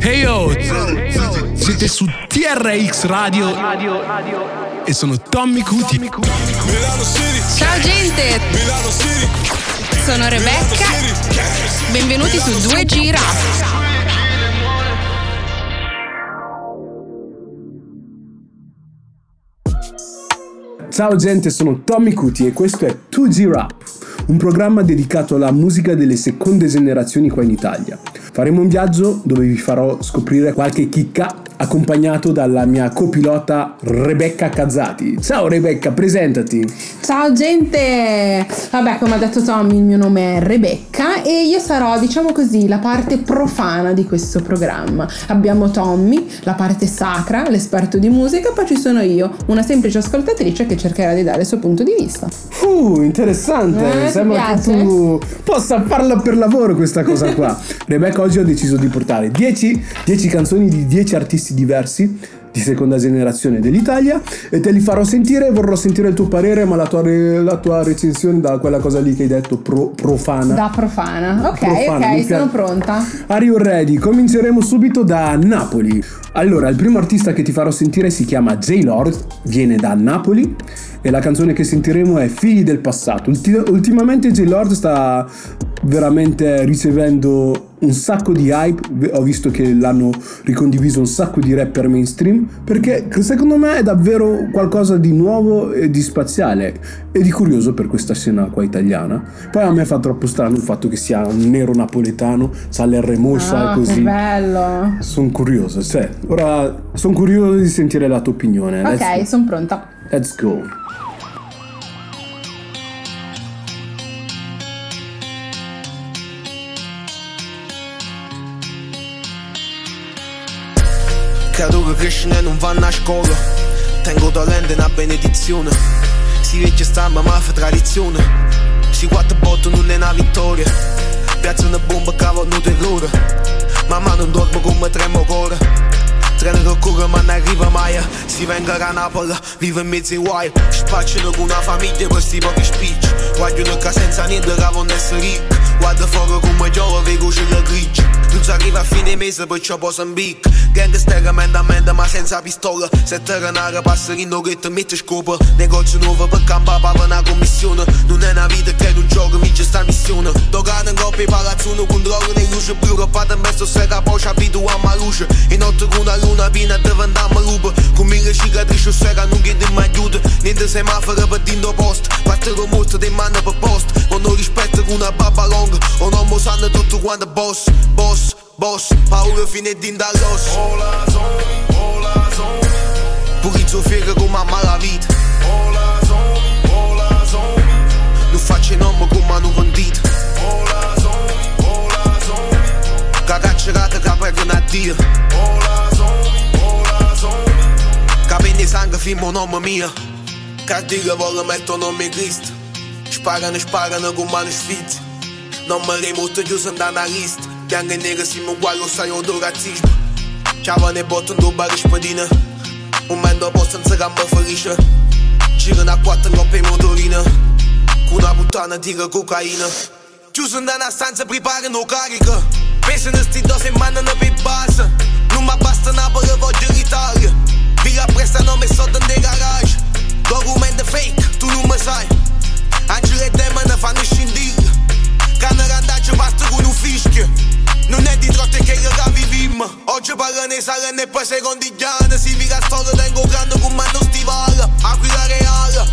Hey yo, siete su TRX Radio e sono Tommy Cuti. Ciao gente, sono Rebecca, benvenuti su 2G Rap. Ciao gente, sono Tommy Cuti e questo è 2G Rap, un programma dedicato alla musica delle seconde generazioni qua in Italia. Faremo un viaggio dove vi farò scoprire qualche chicca, accompagnato dalla mia copilota Rebecca Cazzati. Ciao Rebecca, presentati. Ciao gente! Vabbè, come ha detto Tommy, il mio nome è Rebecca e io sarò, diciamo così, la parte profana di questo programma. Abbiamo Tommy, la parte sacra, l'esperto di musica, poi ci sono io, una semplice ascoltatrice che cercherà di dare il suo punto di vista. Interessante! Sembra che tu possa farla per lavoro questa cosa qua. Rebecca, oggi ho deciso di portare 10 canzoni di 10 artisti diversi di seconda generazione dell'Italia e te li farò sentire. Vorrò sentire il tuo parere, ma la tua recensione da quella cosa lì che hai detto profana. Da profana, ok, sono pronta. Are you ready? Cominceremo subito da Napoli. Allora, il primo artista che ti farò sentire si chiama J-Lord, viene da Napoli e la canzone che sentiremo è Figli del passato. Ultimamente J-Lord sta veramente ricevendo un sacco di hype. Ho visto che l'hanno ricondiviso un sacco di rapper mainstream, perché secondo me è davvero qualcosa di nuovo e di spaziale e di curioso per questa scena qua italiana. Poi a me fa troppo strano il fatto che sia un nero napoletano, c'ha l'R mossa e così. Che bello. Sono curioso, ora sono curioso di sentire la tua opinione. Ok, sono pronta. Let's go. Credo che crescere non vanno a scuola. Tengo talento e una benedizione. Si vecchia stampa ma fa tradizione. Si quattro botte non è una vittoria. Piazza una bomba che va un terrore. Mamma non dormo come tremo cuore. Treno che corre ma non arriva mai. Si venga a Napoli, vive in mezzo ai guai. Spacciano con una famiglia per sti pochi spicci. Guagliano che senza niente che vanno essere ricchi. Guarda fuori come giove, vedo c'è la grigia. Non si arriva a fine mese perciò posso un bic. Gangster emendamento ma senza pistola. Se te renare passerino che ti mette scopa. Negozio nuovo per campare per una commissione. Non è una vita che non gioca, mi c'è sta missione. Dogano in coppia palazzuno, controllo nei luce blu. Che fate in mezzo se che poi ci abituiamo a luce. E notte con una luna piena te vendiamo lupo. Con mille cicatrici se che non chiedi mai aiuto. Niente semaforo per dindo post. Quattro morte di mano per post. Ma non rispetto con una baba longa. O non mo sanno tutto quanto boss. Paura fine din da los. Hola zombie Purizzo figa con mamma la vita. Hola zombie non faccio nome con mano condita. Hola zombie cagaccerata che perdono a Dio. Hola zombie capendo sangue fino a nome mia. Cardiga vuole mettere nome Cristo. Sparano con mano sfizzi. Non mi remoto giusto andare a lista. Bianca e nera siamo uguali, lo sai, odor razzismo. Ciao ne botto in due barri spadina. Un mendo dopo senza gamba felice. Girano a quattro in coppia motorina. Con una puttana tira cocaina. Chiuso in una stanza preparano carica. Pensano sti dose in mano per base. Non mi basta Napoli, voglio l'Italia. Vi apprestano me sotto in garage. Documento fake, tu non mi sai. Angelo e demoni fanno scindire. Canna randaggia basta con un fischio. Non è di trotte che la vivimmo. Oggi parlano e salano e poi secondigliano. Si viga storia tengo grande con mano stivale. Aquila reale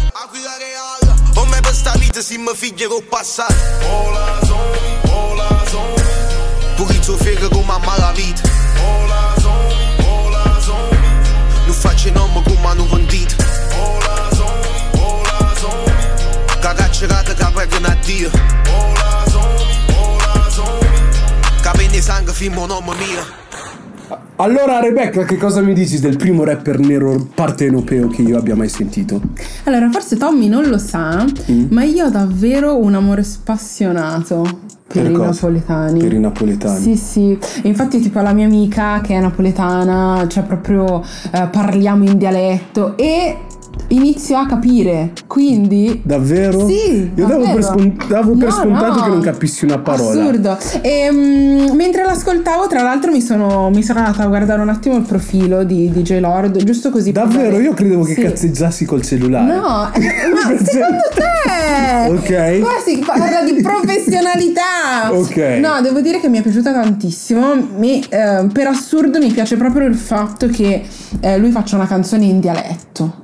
o me per sta vita si mi figlia con passato. Hola zombie Purizzo figa con mamma la vita. Hola zombie non faccio nome con mano condita. Hola zombie cagaccerata che perdono a Dio. Hola zombie capendo sangue fino a nome mia. Allora Rebecca, che cosa mi dici del primo rapper nero partenopeo che io abbia mai sentito? Allora, forse Tommy non lo sa, ma io ho davvero un amore spassionato per i napoletani. Per i napoletani? Sì. Infatti tipo la mia amica che è napoletana, cioè proprio parliamo in dialetto e inizio a capire, quindi... Davvero? Sì, io davvero. davo per scontato che non capissi una parola. Assurdo. E mentre l'ascoltavo, tra l'altro mi sono andata a guardare un attimo il profilo di DJ Lord, giusto così. Davvero? Io credevo che Sì. cazzeggiassi col cellulare. No, ma secondo te? Ok. Qua si parla di professionalità. Ok. No, devo dire che mi è piaciuta tantissimo. Per assurdo mi piace proprio il fatto che lui faccia una canzone in dialetto.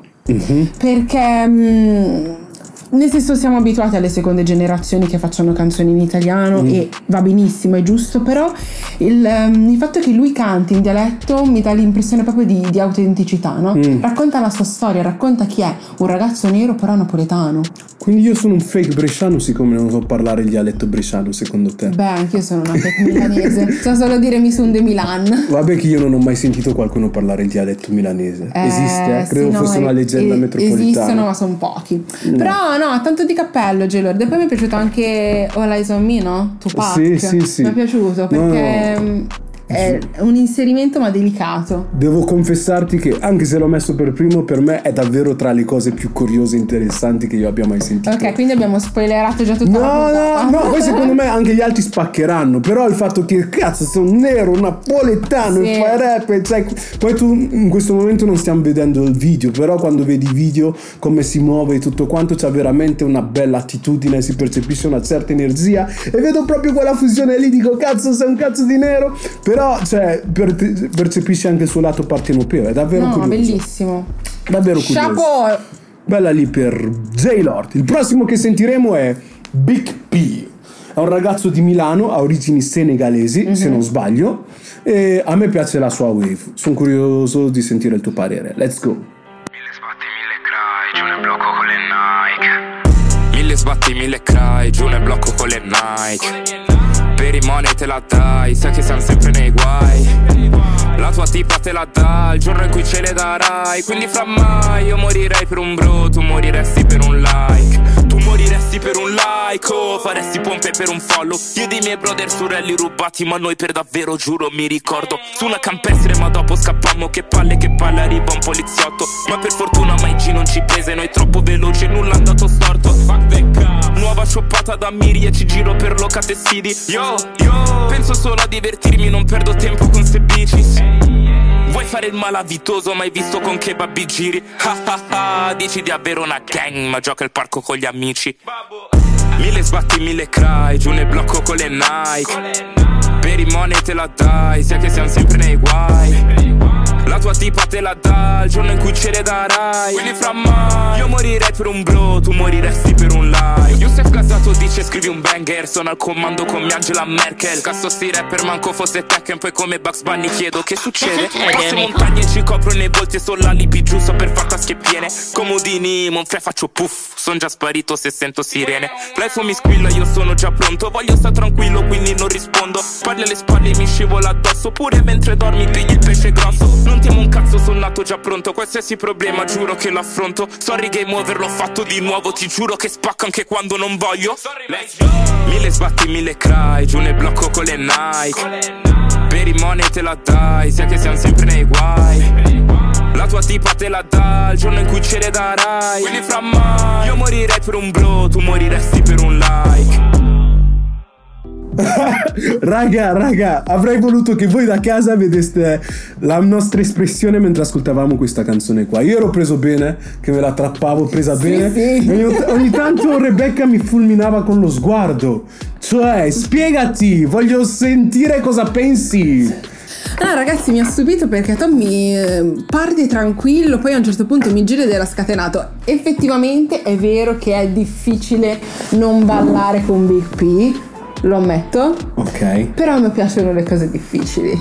Perché nel senso siamo abituati alle seconde generazioni che facciano canzoni in italiano e va benissimo, è giusto, però il fatto che lui canti in dialetto mi dà l'impressione proprio di autenticità, no? Racconta la sua storia, racconta chi è, un ragazzo nero però napoletano. Quindi io sono un fake bresciano siccome non so parlare il dialetto bresciano, secondo te? Beh, anch'io sono una fake milanese, so solo dire mi son de Milan. Vabbè che io non ho mai sentito qualcuno parlare il dialetto milanese. Esiste? Credo sì, fosse una leggenda metropolitana. Esistono, ma sono pochi. Però no, tanto di cappello J-Lord. E poi mi è piaciuto anche All Eyes on Me, no? Tupac. Sì. Mi è piaciuto perché è un inserimento ma delicato. Devo confessarti che anche se l'ho messo per primo, per me è davvero tra le cose più curiose e interessanti che io abbia mai sentito. Ok, quindi abbiamo spoilerato già tutta la puntata. No, poi secondo me anche gli altri spaccheranno. Però il fatto che cazzo sei un nero, un napoletano e fai rap, cioè, poi tu in questo momento non stiamo vedendo il video, però quando vedi i video come si muove e tutto quanto, c'ha veramente una bella attitudine, si percepisce una certa energia e vedo proprio quella fusione lì, dico cazzo sei un cazzo di nero. Però cioè percepisci anche il suo lato partenopeo, è davvero curioso. Bellissimo. Davvero curioso. Chapeau. Bella lì per J-Lord. Il prossimo che sentiremo è Big P. È un ragazzo di Milano, ha origini senegalesi, se non sbaglio, e a me piace la sua wave. Sono curioso di sentire il tuo parere. Let's go. 1000 sbatti, 1000 cry, giù nel blocco con le Nike. 1000 sbatti, 1000 cry, giù nel blocco con le Nike. Per i money te la dai, sai che siamo sempre nei guai. La tua tipa te la dà il giorno in cui ce le darai. Quindi fra mai io morirei per un bro, tu moriresti per un like. Tu moriresti per un like, oh, faresti pompe per un follow. Io dei miei brother sorelli rubati, ma noi per davvero giuro mi ricordo. Su una campestre ma dopo scappammo, che palle arriva un poliziotto. Ma per fortuna mai G non ci prese, noi troppo veloci e nulla è andato storto. Fuck the car. Nuova scioppata da Miri e ci giro per locate sidi. Yo, penso solo a divertirmi, non perdo tempo con ste bici. Vuoi fare il malavitoso, mai visto con che babbi giri? Dici di avere una gang, ma gioca il parco con gli amici. 1000 sbatti, 1000 cry, giù nel blocco con le Nike. Per i money te la dai, sai che siamo sempre nei guai. La tua tipa te la dà il giorno in cui ce le darai. Quindi fra mai io morirei per un bro, tu moriresti per un like. Youssef Gazato dice scrivi un banger, sono al comando come Angela Merkel. Casto sti rapper manco fosse Tekken, poi come Bugs Bunny chiedo che succede. Passo montagne ci copro nei volti e sono l'alibi giusto per far tasche piene. Comodini, monfre faccio puff, son già sparito se sento sirene. L'iPhone mi squilla, io sono già pronto, voglio sta tranquillo quindi non rispondo. Parli alle spalle e mi scivola addosso, pure mentre dormi pigli il pesce grosso. Non temo un cazzo, sono nato già pronto, qualsiasi problema giuro che lo affronto. Sorry game over, l'ho fatto di nuovo, ti giuro che spacco anche quando non voglio. 1000 sbatti, 1000 cry, giù nel blocco con le Nike. Per i money te la dai, sai che siamo sempre nei guai. La tua tipa te la dà il giorno in cui ce le darai. Quindi fra mai io morirei per un bro, tu moriresti per un like. Raga, avrei voluto che voi da casa vedeste la nostra espressione mentre ascoltavamo questa canzone qua. Io ero preso bene, che me la trappavo presa bene. Sì. Ogni tanto Rebecca mi fulminava con lo sguardo. Cioè, spiegati, voglio sentire cosa pensi. Ah, ragazzi, mi ha stupito perché Tommy parte tranquillo, poi a un certo punto mi gira ed era scatenato. Effettivamente è vero che è difficile non ballare con Big P, lo ammetto. Ok. Però a me piacciono le cose difficili.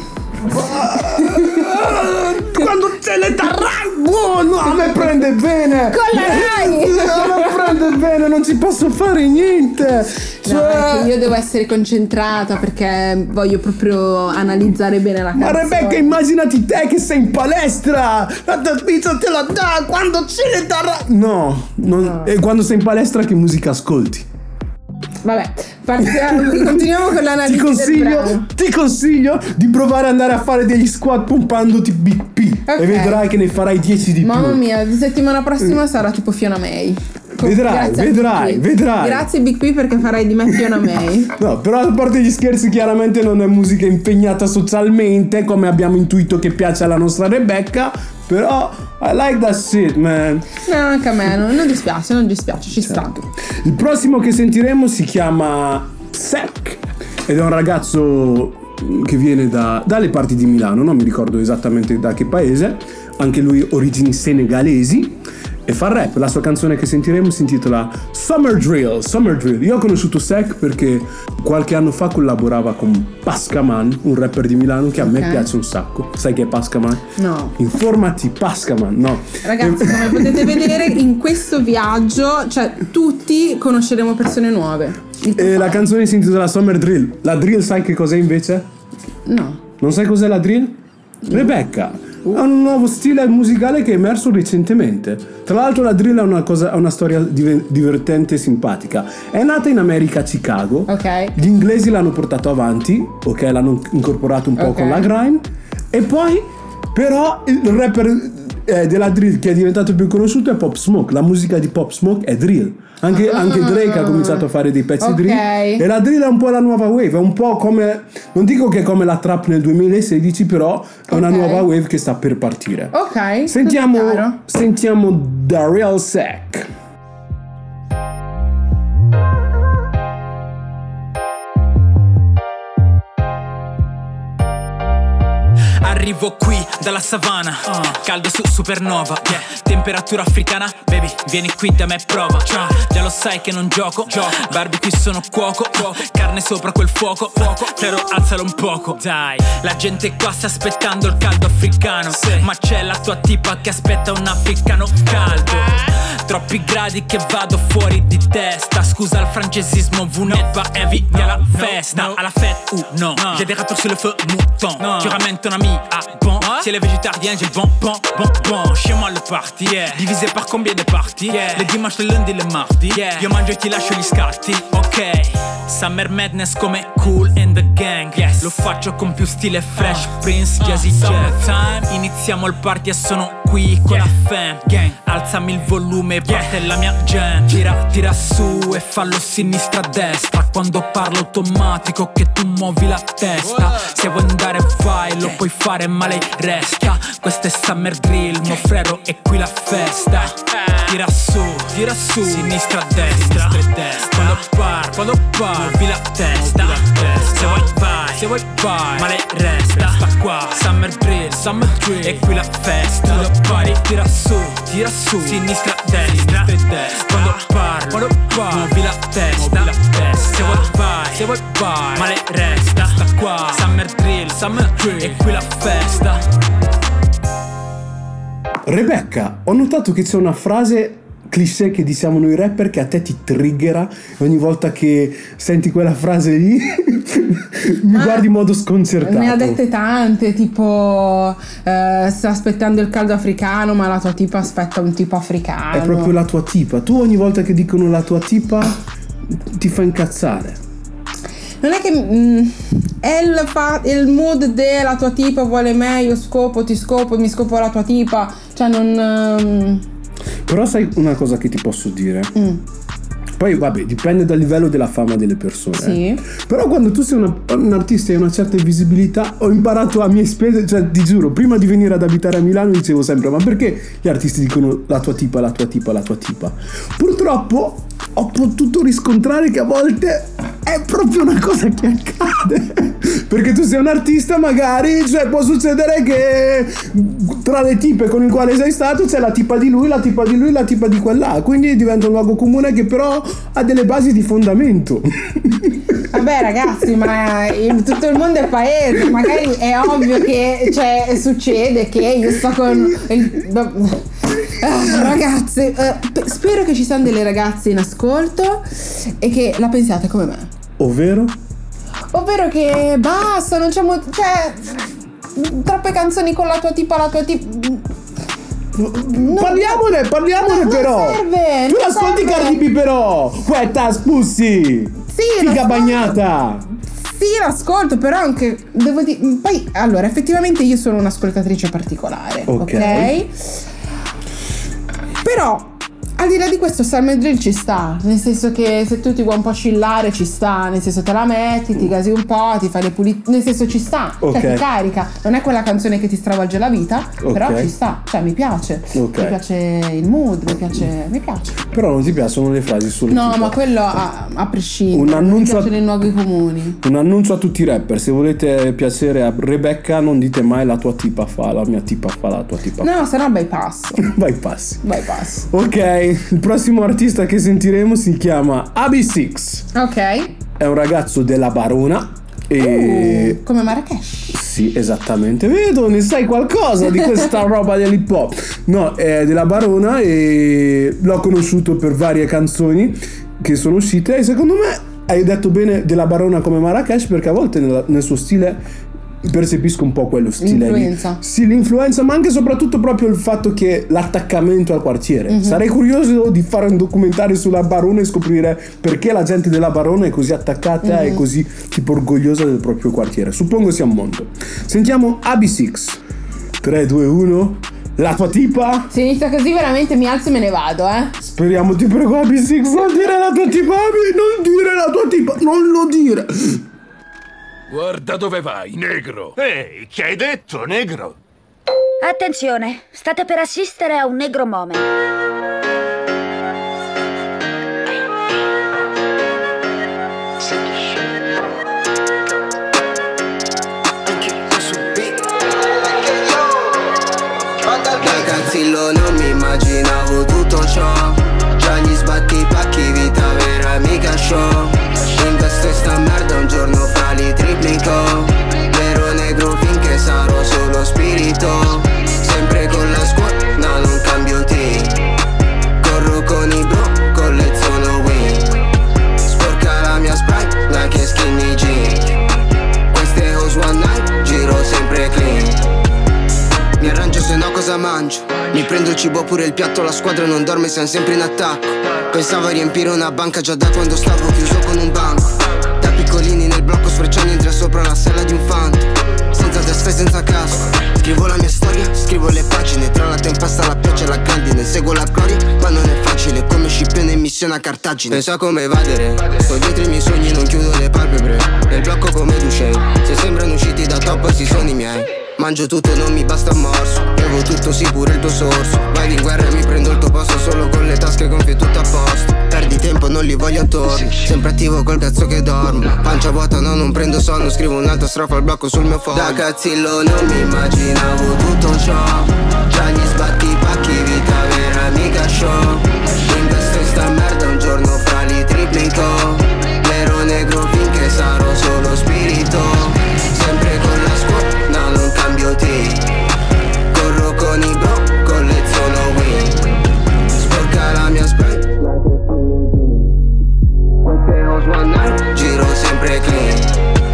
Quando ce le darai, buono, a me prende bene. Con la Rai! A me prende bene, non ci posso fare niente. No, perché io devo essere concentrata perché voglio proprio analizzare bene la canzone. Ma Rebecca, immaginati te che sei in palestra, la tua pizza te la dà, quando ce le darà. No. E quando sei in palestra che musica ascolti? Vabbè, continuiamo con l'analisi del brano. Ti consiglio di provare ad andare a fare degli squat pompandoti Big P, Ok. e vedrai che ne farai 10 di Mamma più. mia, la settimana prossima sarà tipo Fiona May. Vedrai, Grazie a vedrai, Big P. vedrai. Grazie Big P perché farai di me Fiona May. No, però a parte gli scherzi, chiaramente non è musica impegnata socialmente, come abbiamo intuito che piace alla nostra Rebecca. Però I like that shit, man. No, anche a me, non dispiace, ci sta. Il prossimo che sentiremo si chiama Sek ed è un ragazzo che viene dalle parti di Milano, non mi ricordo esattamente da che paese, anche lui origini senegalesi, e fa rap. La sua canzone che sentiremo si intitola Summer Drill. Io ho conosciuto Sek perché qualche anno fa collaborava con Pascaman, un rapper di Milano che a me piace un sacco. Sai chi è Pascaman? No. Informati, Pascaman, no. Ragazzi, come potete vedere in questo viaggio, cioè tutti conosceremo persone nuove. E la canzone si intitola Summer Drill. La drill sai che cos'è invece? No. Non sai cos'è la drill? Rebecca. È un nuovo stile musicale che è emerso recentemente. Tra l'altro la drill ha una storia divertente e simpatica. È nata in America a Chicago. Ok. Gli inglesi l'hanno portato avanti, ok, l'hanno incorporato un po' con la grime. E poi però il rapper della drill che è diventato più conosciuto è Pop Smoke. La musica di Pop Smoke è drill. Anche Drake ha cominciato a fare dei pezzi drill. E la drill è un po' la nuova wave. È un po' come, non dico che è come la trap nel 2016, però è una nuova wave che sta per partire. Ok. Sentiamo The Real Sek. Arrivo qui dalla savana, caldo su supernova, temperatura africana, baby, vieni qui da me prova, già lo sai che non gioco, barbecue sono cuoco, carne sopra quel fuoco, però alzalo un poco, dai, la gente qua sta aspettando il caldo africano, ma c'è la tua tipa che aspetta un africano caldo, troppi gradi che vado fuori di testa, scusa il francesismo, vous n'êtes pas invité à la festa, à la fête ou non, j'ai des rappeurs sur le feu mouton, tu ramènes ton ami, ah bon, si elle est végétarienne j'ai le bon, chez moi le party, divisé par combien de parties, le dimanche, le lundi, le mardi, io mangio e ti lascio gli scatti, ok, Summer Madness come Kool and the Gang, lo faccio con più stile Fresh Prince, Jazzy Summertime, iniziamo il party e sono qui con la fam, gang, alzami il volume, parte la mia jam, tira su e fallo sinistra-destra, quando parlo automatico che tu muovi la testa, se vuoi andare vai, lo puoi fare ma lei resta, questa è Summer Drill, mio frero è qui la festa, tira su, sinistra-destra, quando parlo, muovi la testa, se vuoi vai, ma lei resta, sta qua, Summer Drill, è qui la festa, lo pari, tira su, sinistra-destra, quando parlo, muovi la testa, se vuoi vai, ma lei resta, sta qua, Summer Drill, è qui la festa. Rebecca, ho notato che c'è una frase cliché che diciamo noi rapper che a te ti triggera ogni volta che senti quella frase lì mi guardi in modo sconcertato. Ne ha dette tante, tipo sta aspettando il caldo africano ma la tua tipa aspetta un tipo africano. È proprio la tua tipa. Tu ogni volta che dicono la tua tipa ti fa incazzare. Non è che è il mood della tua tipa vuole me, io ti scopo, mi scopo la tua tipa, cioè non... Però sai una cosa che ti posso dire? Poi vabbè, dipende dal livello della fama delle persone. Sì. Però quando tu sei un artista e hai una certa visibilità, ho imparato a mie spese, cioè ti giuro, prima di venire ad abitare a Milano dicevo sempre: ma perché gli artisti dicono la tua tipa, la tua tipa, la tua tipa? Purtroppo ho potuto riscontrare che a volte è proprio una cosa che accade. Perché tu sei un artista, magari, cioè può succedere che tra le tipe con il quale sei stato c'è la tipa di lui, la tipa di lui, la tipa di quella. Quindi diventa un luogo comune che però ha delle basi di fondamento. Vabbè ragazzi, ma in tutto il mondo è paese, magari è ovvio che succede che io sto con ragazzi, spero che ci siano delle ragazze in ascolto e che la pensiate come me. Ovvero che basta, non c'è troppe canzoni con la tua tipa, Parliamone però. Serve, tu ascolti Cardi B però. Quetta Pussy. Figa bagnata! Sì, l'ascolto, però anche devo dire. Poi, allora, effettivamente io sono un'ascoltatrice particolare, ok? Però, al di là di questo, Summer Drill ci sta. Nel senso che se tu ti vuoi un po' chillare, ci sta. Nel senso, te la metti, ti gasi un po', ti fai le pulizie. Nel senso, ci sta. Cioè, ti carica. Non è quella canzone che ti stravolge la vita, però ci sta. Cioè, mi piace. Mi piace il mood, mi piace. Però non ti piacciono le frasi sul No, ma quello a prescindere. Mi piacciono i luoghi comuni. Un annuncio a tutti i rapper: se volete piacere a Rebecca, non dite mai la tua tipa fa, la mia tipa fa, la tua tipa fa. No, se no bypass. Bypass. Ok. Il prossimo artista che sentiremo si chiama AB6. Ok. È un ragazzo della Barona e come Marrakesh. Sì, esattamente. Vedo, ne sai qualcosa di questa roba dell'hip hop. No, è della Barona e l'ho conosciuto per varie canzoni che sono uscite e secondo me hai detto bene della Barona come Marrakesh, perché a volte nel suo stile percepisco un po' quello stile l'influenza. Sì, l'influenza, ma anche e soprattutto proprio il fatto che l'attaccamento al quartiere. Sarei curioso di fare un documentario sulla Barona e scoprire perché la gente della Barona è così attaccata e così tipo orgogliosa del proprio quartiere. Suppongo sia un mondo. Sentiamo AB6. 3, 2, 1. La tua tipa? Se inizia così veramente mi alzo e me ne vado, Speriamo, ti prego, AB6, non dire la tua tipa, non dire la tua tipa, non lo dire. Guarda dove vai, negro! Ehi, che hai detto, negro? Attenzione, state per assistere a un negro moment. Da cazzillo non mi immaginavo tutto ciò. Già gli sbatti pacchi, vita vera, mica show. Investo in sta merda, un giorno fra li triplico. Vero negro finché sarò solo spirito. Sempre con la scuola, no, non cambio team. Corro con i bro, colleziono win. Sporca la mia sprite, like skinny jean. Queste hose one night, giro sempre clean. Mi arrangio se no cosa mangio. Mi prendo il cibo pure il piatto, la squadra non dorme, siamo sempre in attacco. Pensavo a riempire una banca già da quando stavo chiuso con un banco. Da piccolini nel blocco sfrecciando entra sopra la sella di un fanto. Senza testa e senza casco. Scrivo la mia storia, scrivo le pagine. Tra la tempesta, la pioggia e la grandine. Seguo la gloria, ma non è facile. Come Scipione in missione a Cartagine. Penso come evadere. Sto dietro i miei sogni, non chiudo le palpebre. Nel blocco come Ducey. Se sembrano usciti da top, si sono i miei. Mangio tutto, non mi basta un morso. Bevo tutto, sì, pure il tuo sorso. Vai in guerra e mi prendo il tuo posto. Solo con le tasche gonfie tutto a posto. Perdi tempo, non li voglio attorno. Sempre attivo col cazzo che dormo. Pancia vuota, no, non prendo sonno. Scrivo un'altra strofa al blocco sul mio phone. Da cazzillo non mi immaginavo tutto ciò. Già gli sbatti pacchi, vita vera, mica show. Investo in sta merda, un giorno fra li triplico. Vero negro finché sarò solo spirito. Sempre con la scuola, no, non cambio team. Corro con i bro, colleziono win. Sporca la mia sprite, queste hose one night, giro sempre clean.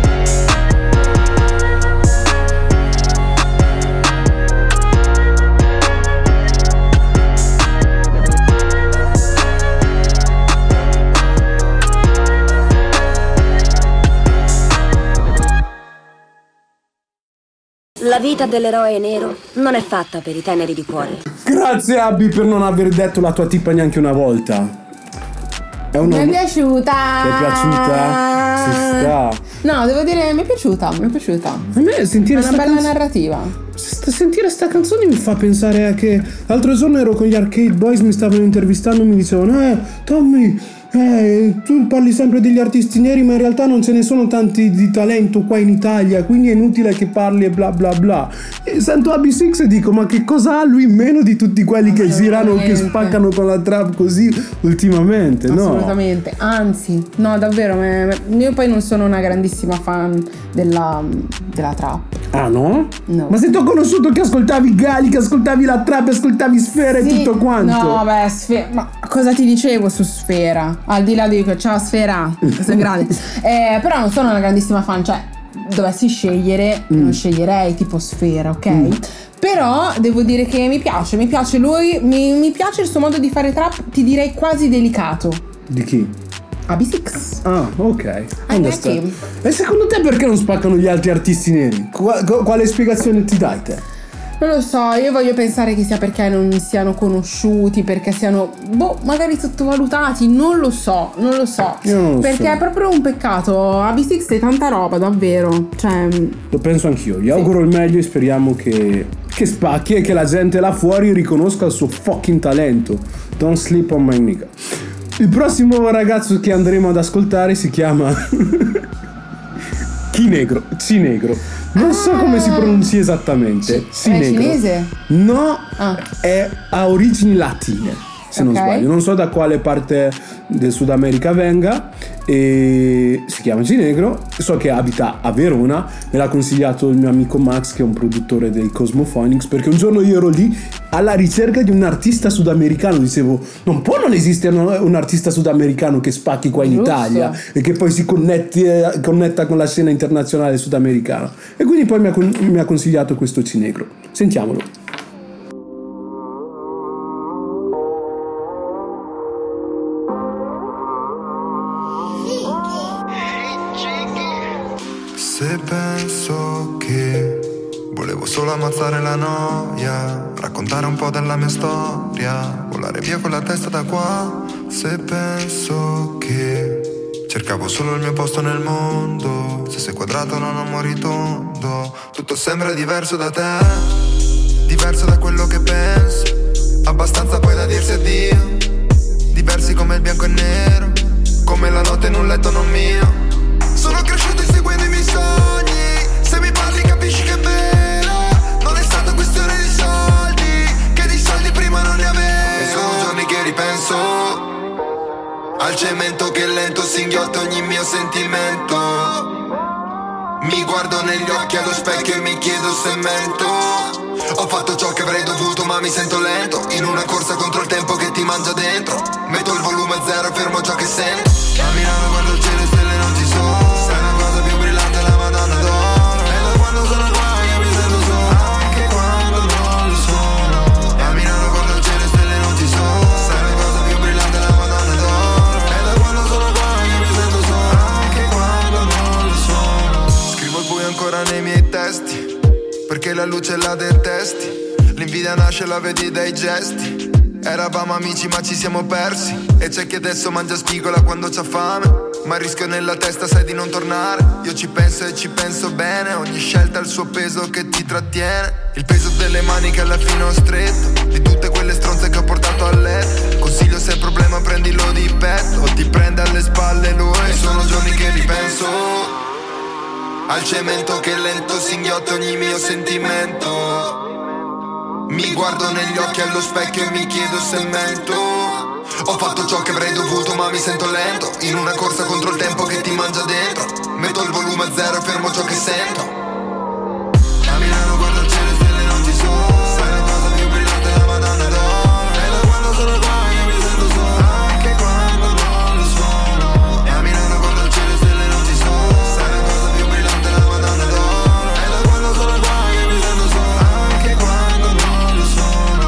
La vita dell'eroe nero non è fatta per i teneri di cuore. Grazie Abby per non aver detto la tua tipa neanche una volta. Mi è piaciuta. Ti è piaciuta? Si sta. No, devo dire, mi è piaciuta. A me sentire è una bella narrativa. Sentire sta canzone mi fa pensare a che l'altro giorno ero con gli Arcade Boys, mi stavano intervistando e mi dicevano Tommy, tu parli sempre degli artisti neri, ma in realtà non ce ne sono tanti di talento qua in Italia, quindi è inutile che parli e bla bla bla. E sento AB6 e dico, ma che cosa ha lui in meno di tutti quelli che girano, che spaccano con la trap così ultimamente, no? Assolutamente, anzi, no, davvero, io poi non sono una grandissima fan della trap. Ah no? No. Ma se ti ho conosciuto che ascoltavi Gali, che ascoltavi la trap, ascoltavi Sfera e tutto quanto. No, beh, Sfera, ma cosa ti dicevo su Sfera? Al di là di ciao Sfera, sei grande. Però non sono una grandissima fan, cioè dovessi scegliere, non sceglierei tipo Sfera, ok? Però devo dire che mi piace lui, mi piace il suo modo di fare trap, ti direi quasi delicato. Di chi? AB6. Ah, ok. like E secondo te perché non spaccano gli altri artisti neri? Quale spiegazione ti dai te? Non lo so, io voglio pensare che sia perché non siano conosciuti, perché siano, magari sottovalutati, non lo so. Io non lo perché so. è proprio un peccato. AB6 è tanta roba, davvero. Cioè, Lo penso anch'io. Gli auguro il meglio e speriamo che spacchi e che la gente là fuori riconosca il suo fucking talento. Don't sleep on my nigga. Il prossimo ragazzo che andremo ad ascoltare si chiama Cinegro. Non so come si pronunci esattamente. è Cinegro. cinese? No, Ah. ha origini latine, se non Ok. sbaglio. Non so da quale parte del Sud America venga. E si chiama Cinegro. So che abita a Verona. Me l'ha consigliato il mio amico Max, che è un produttore dei Cosmophonics, perché un giorno io ero lì alla ricerca di un artista sudamericano. Dicevo, non può non esistere un artista sudamericano che spacchi qua in Giusto. Italia e che poi si connetta con la scena internazionale sudamericana. E quindi poi mi ha consigliato questo Cinegro. Sentiamolo. Se penso che volevo solo ammazzare la noia, raccontare un po' della mia storia, volare via con la testa da qua. Se penso che cercavo solo il mio posto nel mondo, se sei quadrato non ho moritondo, tutto sembra diverso da te, diverso da quello che penso, abbastanza poi da dirsi addio, diversi come il bianco e il nero, come la notte in un letto non mio. Sono cresciuto inseguendo i miei sogni, se mi parli capisci che è vero, non è stata questione di soldi, che di soldi prima non ne avevo. E sono giorni che ripenso al cemento che lento singhiotta ogni mio sentimento. Mi guardo negli occhi allo specchio e mi chiedo se mento. Ho fatto ciò che avrei dovuto ma mi sento lento, in una corsa contro il tempo che ti mangia dentro. Metto il volume a zero e fermo ciò che sento. A Milano guardo il cielo e stelle non ci sono, sei la cosa più brillante, la Madonna d'oro. E da quando sono qua io mi sento solo, anche quando non lo sono. A Milano guardo il cielo e stelle non ci sono, sei la cosa più brillante, la Madonna d'oro. E da quando sono qua io mi sento solo, anche quando non lo sono. Scrivo il buio ancora nei miei testi, perché la luce la detesti. L'invidia nasce, la vedi dai gesti. Eravamo amici ma ci siamo persi, e c'è chi adesso mangia spigola quando c'ha fame, ma il rischio nella testa sai di non tornare. Io ci penso e ci penso bene, ogni scelta ha il suo peso che ti trattiene. Il peso delle mani che alla fine ho stretto, di tutte quelle stronze che ho portato a letto. Consiglio se il problema prendilo di petto, o ti prende alle spalle lui. E sono giorni che ripenso al cemento che lento singhiotta ogni mio sentimento. Mi guardo negli occhi allo specchio e mi chiedo se mento. Ho fatto ciò che avrei dovuto ma mi sento lento, in una corsa contro il tempo che ti mangia dentro. Metto il volume a zero e fermo ciò che sento. A Milano guardo il cielo e stelle non ci sono, sei la cosa più brillante, la Madonna d'oro. E da quando sono qua io mi sento solo, anche quando non lo sono. A Milano guardo il cielo e stelle non ci sono, sei la cosa più brillante, la Madonna d'oro. E da quando sono qua io mi sento solo, anche quando non lo sono.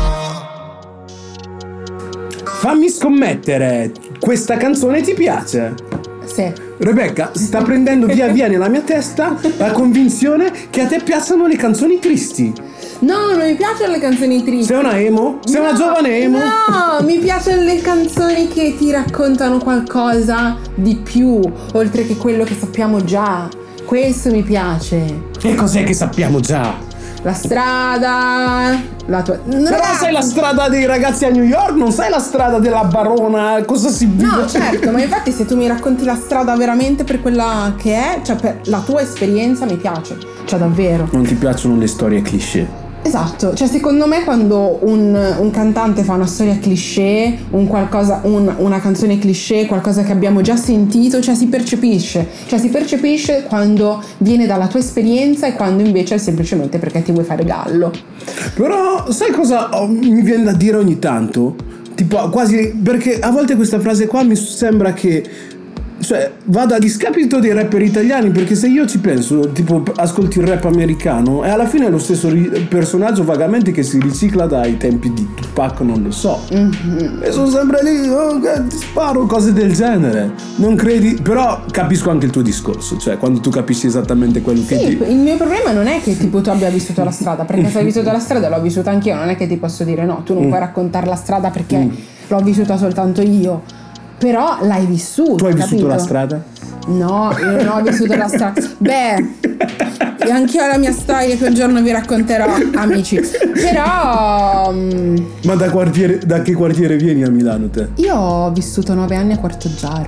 Fammi scommettere, questa canzone ti piace? Sì. Rebecca, sta prendendo via via nella mia testa la convinzione che a te piacciono le canzoni tristi. No, non mi piacciono le canzoni tristi. Sei una emo? Sei una giovane emo? No, mi piacciono le canzoni che ti raccontano qualcosa di più, oltre che quello che sappiamo già. Questo mi piace. Che cos'è che sappiamo già? La strada, la tua... Però sai la strada dei ragazzi a New York, non sai la strada della barona, cosa si vive? No, certo, ma infatti se tu mi racconti la strada veramente per quella che è, cioè per la tua esperienza, mi piace. Cioè davvero. Non ti piacciono le storie cliché? Esatto, cioè secondo me quando un cantante fa una storia cliché, una canzone cliché, qualcosa che abbiamo già sentito, cioè si percepisce quando viene dalla tua esperienza e quando invece è semplicemente perché ti vuoi fare gallo. Però sai cosa mi viene da dire ogni tanto? Tipo quasi, perché a volte questa frase qua mi sembra che cioè, vada a discapito dei rapper italiani, perché se io ci penso, tipo, ascolti il rap americano e alla fine è lo stesso personaggio vagamente che si ricicla dai tempi di Tupac, non lo so. E sono sempre lì, ti sparo, cose del genere. Non credi? Però capisco anche il tuo discorso, cioè quando tu capisci esattamente quello che sì, ti... il mio problema non è che tipo tu abbia vissuto la strada, perché se hai vissuto la strada l'ho vissuta anch'io, non è che ti posso dire no, tu non puoi raccontare la strada perché l'ho vissuta soltanto io, però l'hai vissuta. Tu hai vissuto capito? la strada? No, io non ho vissuto la strada. Beh, anch'io ho la mia storia che un giorno vi racconterò, amici. Però Ma da che quartiere vieni a Milano te? io ho vissuto 9 anni a Quartoggiaro.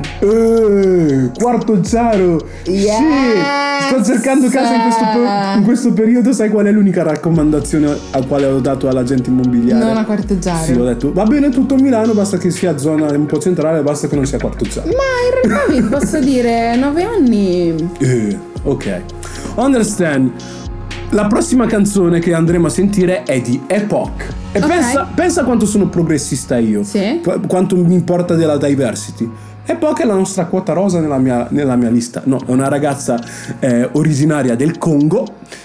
Quartoggiaro! Yes! Sì! Sto cercando casa in questo periodo. Sai qual è l'unica raccomandazione a quale ho dato all'agente immobiliare? Non a Quartoggiaro. Sì, ho detto va bene tutto Milano, basta che sia zona un po' centrale, basta che non sia Quartoggiaro. Ma in realtà vi posso dire 9 anni. Ok. Understand. La prossima canzone che andremo a sentire è di Epoch. E pensa quanto sono progressista io. Sì. Quanto mi importa della diversity. Epoch è la nostra quota rosa nella mia lista. No, è una ragazza originaria del Congo.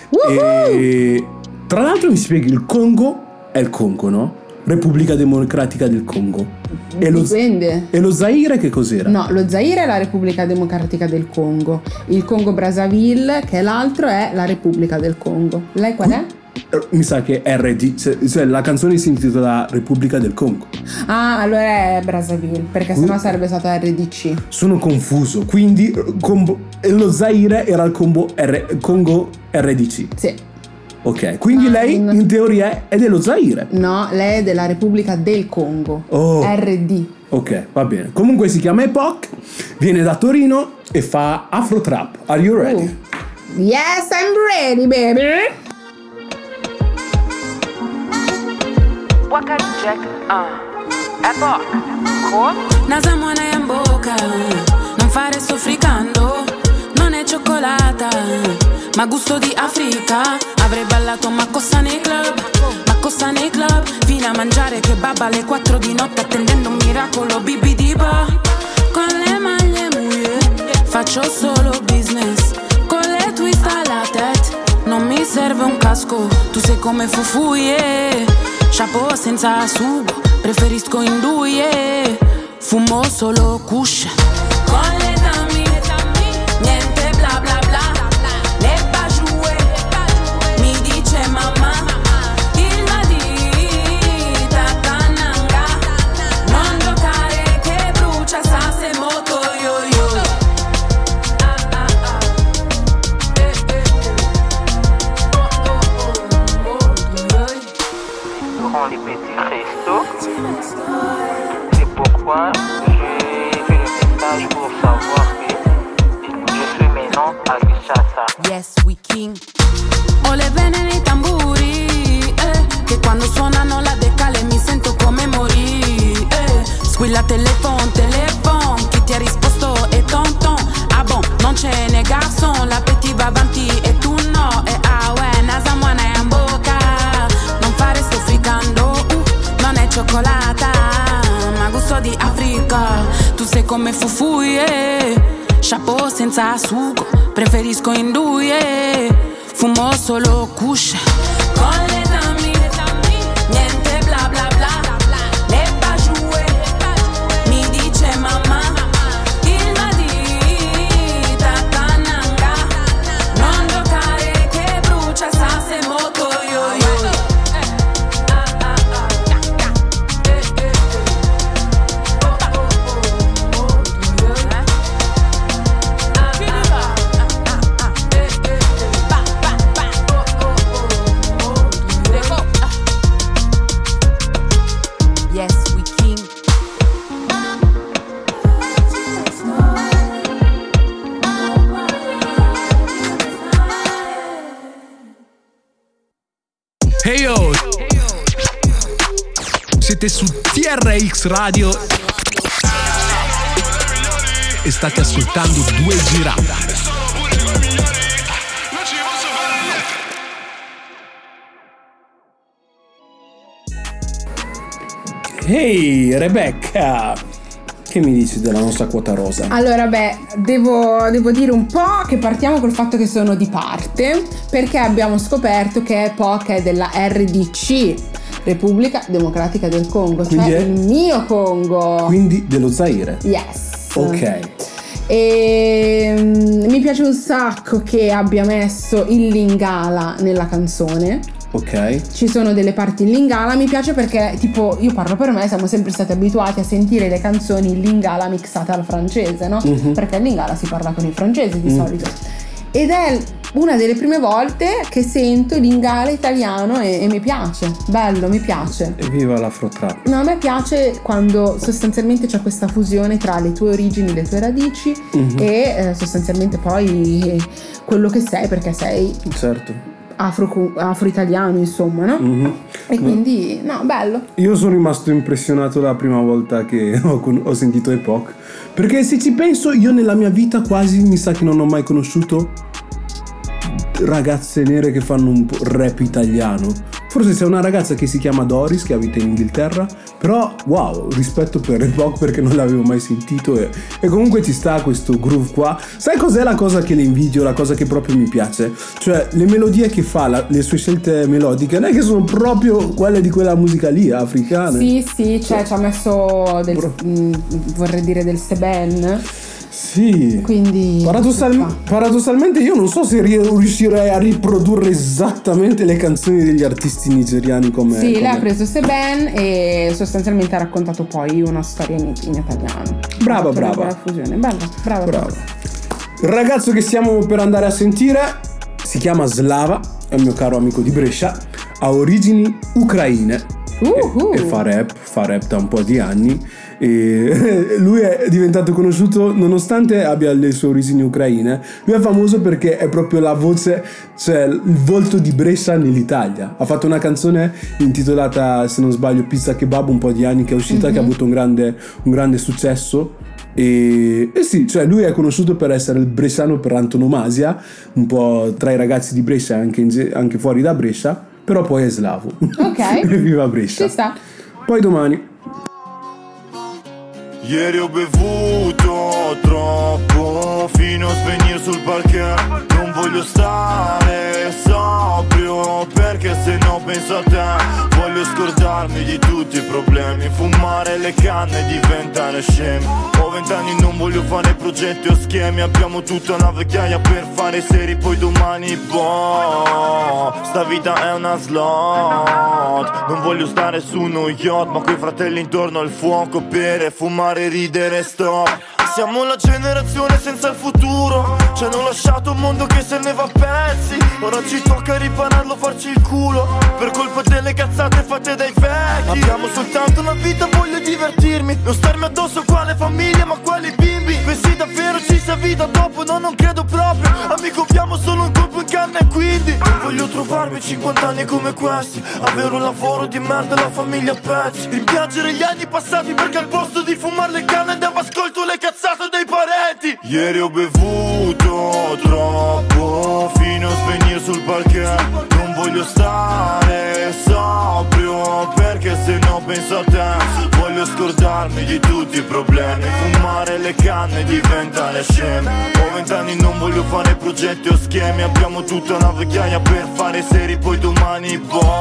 E tra l'altro mi spieghi, il Congo è il Congo, no? Repubblica Democratica del Congo. Dipende. E lo Zaire che cos'era? No, lo Zaire è la Repubblica Democratica del Congo. Il Congo Brazzaville, che è l'altro, è la Repubblica del Congo. Lei qual è? Mi sa che è RD, cioè la canzone si intitola Repubblica del Congo. Ah, allora è Brazzaville, perché sennò sarebbe stato RDC. Sono confuso, quindi lo Zaire era il Congo RDC. Sì. Ok, quindi lei in teoria è dello Zaire. No, lei è della Repubblica del Congo. RD. Ok, va bene. Comunque si chiama Epoch, viene da Torino e fa Afro Trap. Are you ready? Yes, I'm ready, baby. Waka Jack, Epoch, cool? Nasamwana in bocca, non fare soffricando, non è cioccolata, ma gusto di Africa. Avrei ballato ma cosa nei club, fino a mangiare kebab alle 4 di notte attendendo un miracolo bibidiba. Con le maglie mouillé faccio solo business, con le twist alla tête non mi serve un casco. Tu sei come Fufu, yeah. Chapeau senza sugo, preferisco in due, yeah. Fumo solo kush. Con le dammi, niente bla bla bla. Le bajoué, mi dice mamma. Il madita tananga. Non giocare che brucia sa se moto yo yo. Durant les petits restos, c'est pourquoi j'ai fait le message pour savoir que je suis maintenant à Kinshasa. Yes, we king. Ho le vene nei tamburi, che quando suonano la decale mi sento come morì. Squilla telefon, chi ti ha risposto è tonton. Ah bon, non c'è né garçon, l'appetito va avanti e tu no. E ah ouais, nasamwana è in bocca, non fare sto fricando, non è cioccolata, ma gusto di Africa. Tu sei come Fufu, yeah. Chapeau senza sugo, preferisco in due, yeah. Fumo solo kush. Con le dammi, niente bla bla bla. Le bajoué, mi dice mamma. Il madita tananga. Non giocare che brucia sa se moto yo yo. Yes, we king. Hey yo! Siete su TRX Radio e state ascoltando 2G Rap. Hey Rebecca, Che mi dici della nostra quota rosa? Allora, devo dire un po' che partiamo col fatto che sono di parte, perché abbiamo scoperto che Epoch è della RDC, Repubblica Democratica del Congo, Quindi cioè è il mio Congo. Quindi dello Zaire. Yes. Ok. E mi piace un sacco che abbia messo il Lingala nella canzone. Ok. Ci sono delle parti in Lingala, mi piace perché, tipo, io parlo per me, siamo sempre stati abituati a sentire le canzoni in Lingala mixate al francese, no? Mhm. Perché in Lingala si parla con i francesi di solito. Ed è una delle prime volte che sento Lingala italiano e mi piace, bello, mi piace. Evviva l'Afro Trap. No, a me piace quando sostanzialmente c'è questa fusione tra le tue origini, le tue radici e sostanzialmente poi quello che sei, perché sei Certo. afro-italiano, insomma, no? E quindi, no, bello. Io sono rimasto impressionato la prima volta che ho sentito Epoch, perché se ci penso, io nella mia vita quasi mi sa che non ho mai conosciuto ragazze nere che fanno un po' rap italiano. Forse c'è una ragazza che si chiama Doris che abita in Inghilterra, però wow, rispetto per Epoch perché non l'avevo mai sentito e comunque ci sta questo groove qua. Sai cos'è la cosa che le invidio, la cosa che proprio mi piace? Cioè le melodie che fa, le sue scelte melodiche non è che sono proprio quelle di quella musica lì africana. Sì, cioè ci ha messo vorrei dire del Seben. Sì. Quindi paradossalmente io non so se riuscirei a riprodurre esattamente le canzoni degli artisti nigeriani come. Sì, lei ha preso Seben e sostanzialmente ha raccontato poi una storia in italiano. Brava. Una fusione. Brava. Il ragazzo che stiamo per andare a sentire si chiama Slava, è un mio caro amico di Brescia, ha origini ucraine e fa rap da un po' di anni. E lui è diventato conosciuto nonostante abbia le sue origini ucraine. Lui è famoso perché è proprio la voce, cioè il volto di Brescia nell'Italia. Ha fatto una canzone intitolata, se non sbaglio, Pizza Kebab, un po' di anni che è uscita, che ha avuto un grande successo. E sì, cioè lui è conosciuto per essere il bresciano per antonomasia, un po' tra i ragazzi di Brescia e anche fuori da Brescia, però poi è slavo. Ok. Viva Brescia. Ci sta. Poi domani. Ieri ho bevuto troppo fino a svenire sul parquet. Non voglio stare sobrio perché se no penso a te. Voglio scordarmi di tutti i problemi, fumare le canne e diventare scemi. Ho 20 anni, non voglio fare progetti o schemi. Abbiamo tutta una vecchiaia per fare seri, poi domani boh. Sta vita è una slot. Non voglio stare su uno yacht, ma coi fratelli intorno al fuoco, bere, fumare, ridere, stop. Siamo la generazione senza il futuro. Ci hanno lasciato un mondo che se ne va a pezzi. Ora ci tocca ripararlo, farci il culo per colpa delle cazzate fatte dai vecchi. Abbiamo soltanto una vita, voglio divertirmi, non starmi addosso quale famiglia ma quali bimbi. Pensi davvero ci sia vita dopo? No, non credo proprio. Amico, abbiamo solo un colpo in canna e quindi non voglio trovarmi 50 anni come questi, avere un lavoro di merda e la famiglia a pezzi, rimpiangere gli anni passati perché al posto di fumare le canne andavo ascolto le cazzate dei parenti. Ieri ho bevuto troppo fino a svenire sul parquet. Non voglio stare sobrio perché se no penso a te. Voglio scordarmi di tutti i problemi, fumare le canne e diventare scemi. Ho 20 anni, non voglio fare progetti o schemi. Abbiamo tutta una vecchiaia per fare seri, poi domani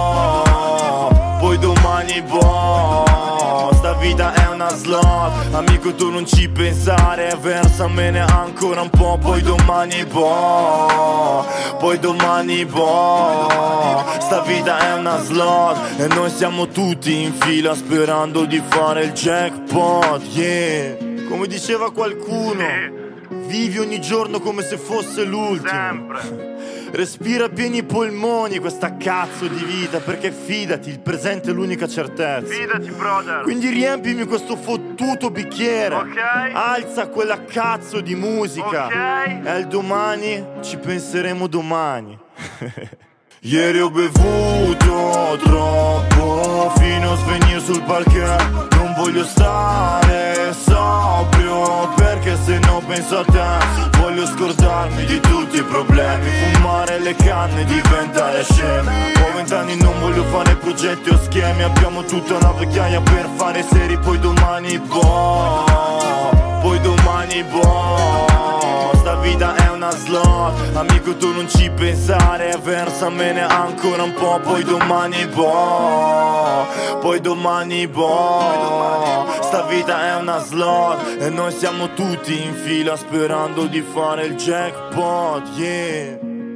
boh. Poi domani boh. Sta vita è una slot. Amico, tu non ci pensare, versamene ancora un po'. Poi domani boh. Poi domani boh. Sta vita è una slot e noi siamo tutti in fila sperando di fare il jackpot, yeah. Come diceva qualcuno, vivi ogni giorno come se fosse l'ultimo. Sempre. Respira a pieni polmoni questa cazzo di vita, perché fidati, il presente è l'unica certezza. Fidati, brother. Quindi riempimi questo fottuto bicchiere, ok? Alza quella cazzo di musica, ok? E al domani ci penseremo domani. Ieri ho bevuto troppo fino a svenire sul parquet. Non voglio stare sobrio perché perché se no penso a te. Voglio scordarmi di tutti i problemi, fumare le canne, diventare scemi. Ho 20 anni, non voglio fare progetti o schemi. Abbiamo tutta una vecchiaia per fare seri, poi domani boh, poi domani boh. Sta vita è una slot, amico tu non ci pensare, versamene ancora un po', poi domani boh, poi domani boh. Sta vita è una slot e noi siamo tutti in fila sperando di fare il jackpot, yeah.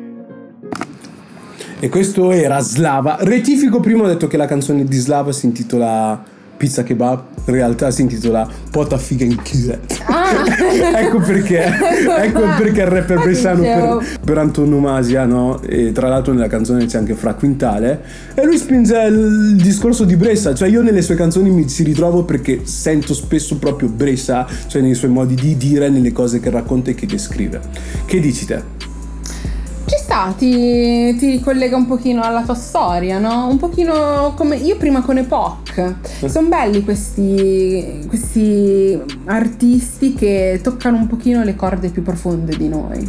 E questo era Slava. Rettifico, prima ho detto che la canzone di Slava si intitola Pizza Kebab, in realtà si intitola Pota figa in chiesa. Ecco perché il rapper bresciano per antonomasia, no? E tra l'altro nella canzone c'è anche Fra Quintale e lui spinge il discorso di Brescia, cioè io nelle sue canzoni mi ci ritrovo perché sento spesso proprio Brescia, cioè nei suoi modi di dire, nelle cose che racconta e che descrive. Che dici te? Ci sta, ti ricollega un pochino alla tua storia, no? Un pochino come io prima con Epoch. Sono belli questi artisti che toccano un pochino le corde più profonde di noi.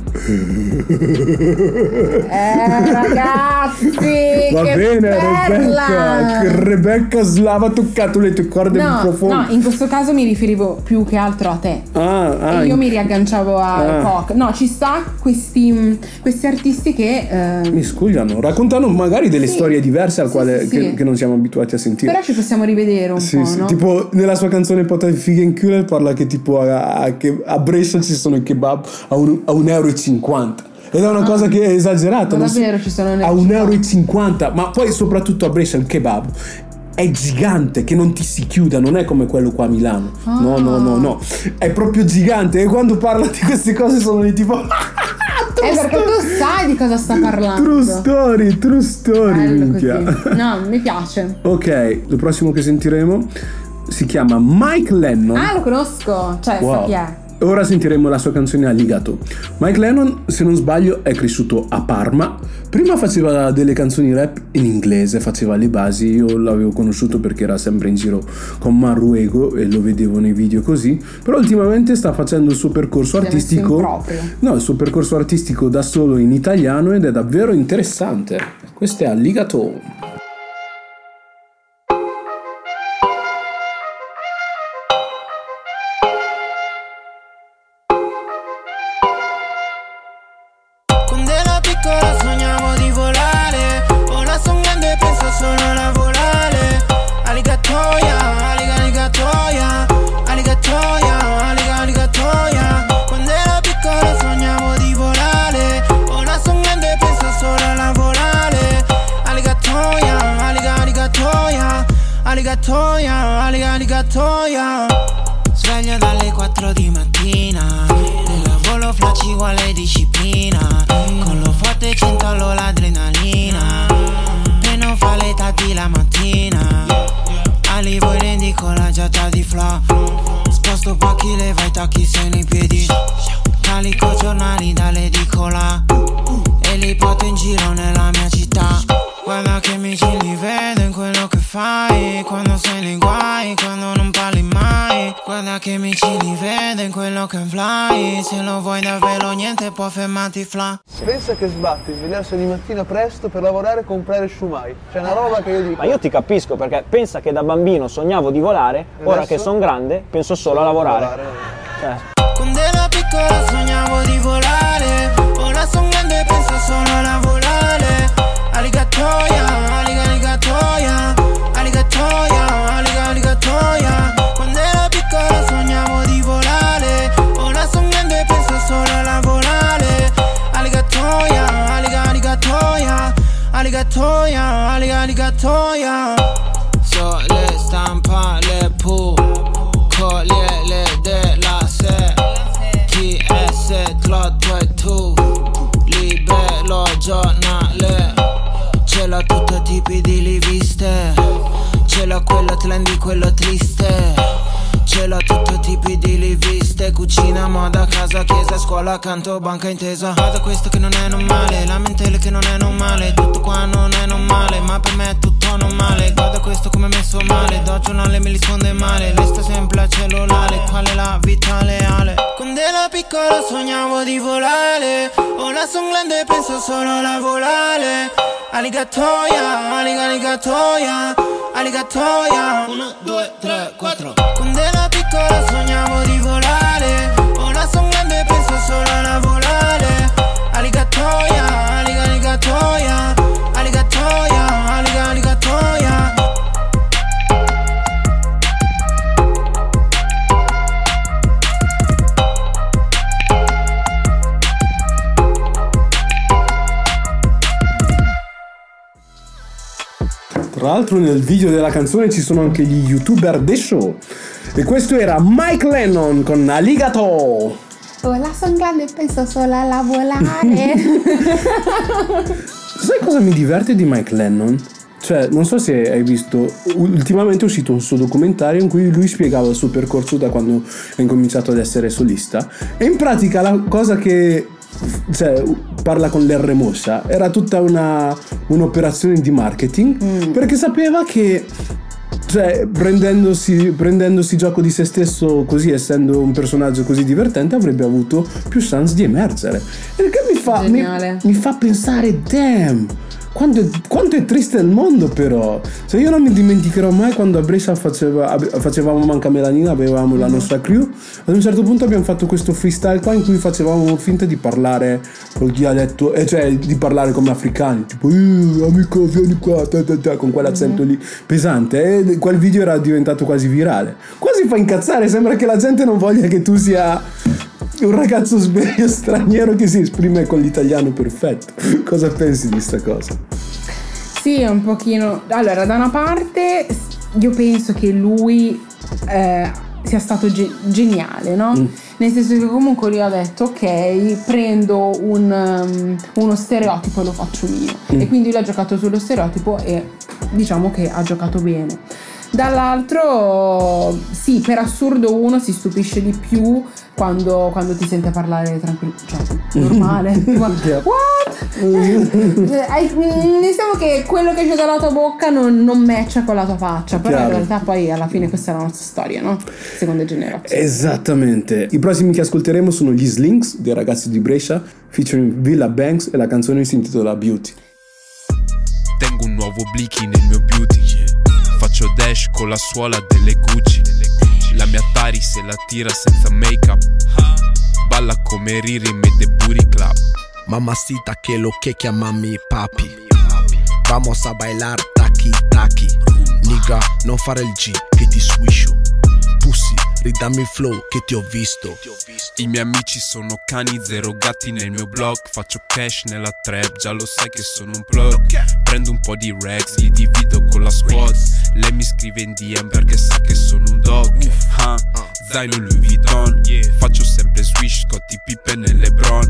Ragazzi, va che bene, bella! Rebecca Slava ha toccato le tue corde più profonde. No, in questo caso mi riferivo più che altro a te. E io mi riagganciavo a Epoch. No, ci sta questi artisti che mi scugliano, raccontano magari delle storie diverse al quale che non siamo abituati a sentire. Però ci possiamo rivedere un po', no? Tipo nella sua canzone Pota figa in culo parla che tipo a Brescia ci sono i kebab a €1,50. Ed è una cosa che è esagerata. Ma davvero ci sono a €1,50. Ma poi soprattutto a Brescia il kebab è gigante, che non ti si chiuda, non è come quello qua a Milano. No, è proprio gigante. E quando parla di queste cose sono lì tipo perché tu sai di cosa sta parlando. True story, minchia. No, mi piace. Ok, il prossimo che sentiremo si chiama Mike Lennon. Lo conosco, cioè wow. Sa chi è. Ora sentiremo la sua canzone Alligator. Mike Lennon, se non sbaglio, è cresciuto a Parma. Prima faceva delle canzoni rap in inglese, faceva le basi. Io l'avevo conosciuto perché era sempre in giro con Marruego e lo vedevo nei video così. Però ultimamente sta facendo il suo percorso artistico. No, il suo percorso artistico da solo in italiano ed è davvero interessante. Questo è Alligator. Alligatoia. Sveglio dalle 4 di mattina, nella volo flacci uguale disciplina, con lo forte cintallo l'adrenalina, preno fa le tardi la mattina, ali voi rendi con la giaccia di fla, sposto pacchi leva i tacchi sei nei piedi, calico giornali dall'edicola e li porto in giro nella mia città. Guarda che mi ci vedo in quello che fai, quando sei nei guai, quando non parli mai. Guarda che mi ci vedo in quello che fly, se lo vuoi davvero niente può fermarti fla. Pensa che sbatti svegliarsi ogni mattina presto per lavorare e comprare shumai. C'è una roba che io dico. Ma io ti capisco, perché pensa che da bambino sognavo di volare, ora che sono grande penso solo a lavorare. Quando ero piccola sognavo di volare, ora sono grande e penso solo a lavorare. Alligatoia, alligatoia, alligatoia, alligatoia. Quando ero piccola sognavo di volare, ora sono grande e penso solo a lavorare. Alligatoia, alligatoia, alligatoia, alligatoia. So le stampa le pu, cogliele della se, TS, Tlotto e tu, libero giornale. Ce l'ho tutti tipi di riviste, ce l'ho quello trendy, quello triste, ce l'ho tutti tipi di riviste, cucina, moda, casa, chiesa, scuola, canto, banca intesa. Guarda questo che non è normale, lamentele che non è normale, tutto qua non è normale, ma per me è tutto normale. Guarda questo come messo male, do giornale mi risponde male, lei sta sempre al cellulare, qual è la vita leale? Quando piccolo sognavo di volare, ora son grande e penso solo alla volare. Alligatoia, alligatoia, alligatoia. 1, 2, 3, 4. Quando ero piccolo sognavo di volare, ora son grande e penso solo alla volare. Alligatoia, alligatoia, alligatoia, alligatoia. Tra l'altro nel video della canzone ci sono anche gli youtuber The Show. E questo era Mike Lennon con Alligator. Ora son grande e penso solo alla volare. Sai cosa mi diverte di Mike Lennon? Cioè, non so se hai visto, ultimamente è uscito un suo documentario in cui lui spiegava il suo percorso da quando ha incominciato ad essere solista. E in pratica la cosa che, cioè, parla con l'R mossa, era tutta un'operazione di marketing, perché sapeva che, cioè, prendendosi gioco di se stesso così, essendo un personaggio così divertente, avrebbe avuto più chance di emergere. E che mi fa pensare, damn, quanto è triste il mondo, però. Cioè, io non mi dimenticherò mai quando a Brescia facevamo Manca Melanina, avevamo la nostra crew. Ad un certo punto abbiamo fatto questo freestyle qua in cui facevamo finta di parlare col dialetto, cioè di parlare come africani, tipo amico vieni qua, con quell'accento lì pesante, e quel video era diventato quasi virale. Quasi fa incazzare, sembra che la gente non voglia che tu sia un ragazzo sveglio straniero che si esprime con l'italiano perfetto. Cosa pensi di sta cosa? Sì, un pochino. Allora, da una parte io penso che lui sia stato geniale, no? Nel senso che comunque lui ha detto ok, prendo uno stereotipo e lo faccio mio. E quindi lui ha giocato sullo stereotipo e diciamo che ha giocato bene. Dall'altro sì, per assurdo uno si stupisce di più quando ti sente parlare tranquillo, cioè normale. What? Diciamo che quello che esce dalla tua bocca non matcha con la tua faccia. Però in realtà poi alla fine questa è la nostra storia, no? Seconda generazione. Esattamente. I prossimi che ascolteremo sono gli Slinks, dei ragazzi di Brescia, featuring Villa Banks, e la canzone si intitola Beauty. Tengo un nuovo Blicky nel mio beauty, faccio dash con la suola delle Gucci. La mia Tari se la tira senza make up, balla come Riri in The Booty Club. Mamacita que lo que mami y papi, vamos a bailar taki taki. Nigga, non fare il G che ti swiscio. Pussy, ridammi il flow che ti ho visto. I miei amici sono cani, zero gatti nel mio blog. Faccio cash nella trap, già lo sai che sono un plug. Prendo un po' di rags, li divido con la squad. Lei mi scrive in DM perché sa che sono un dog. Zaino Louis Vuitton, faccio sempre swish, Scottie Pippen e LeBron.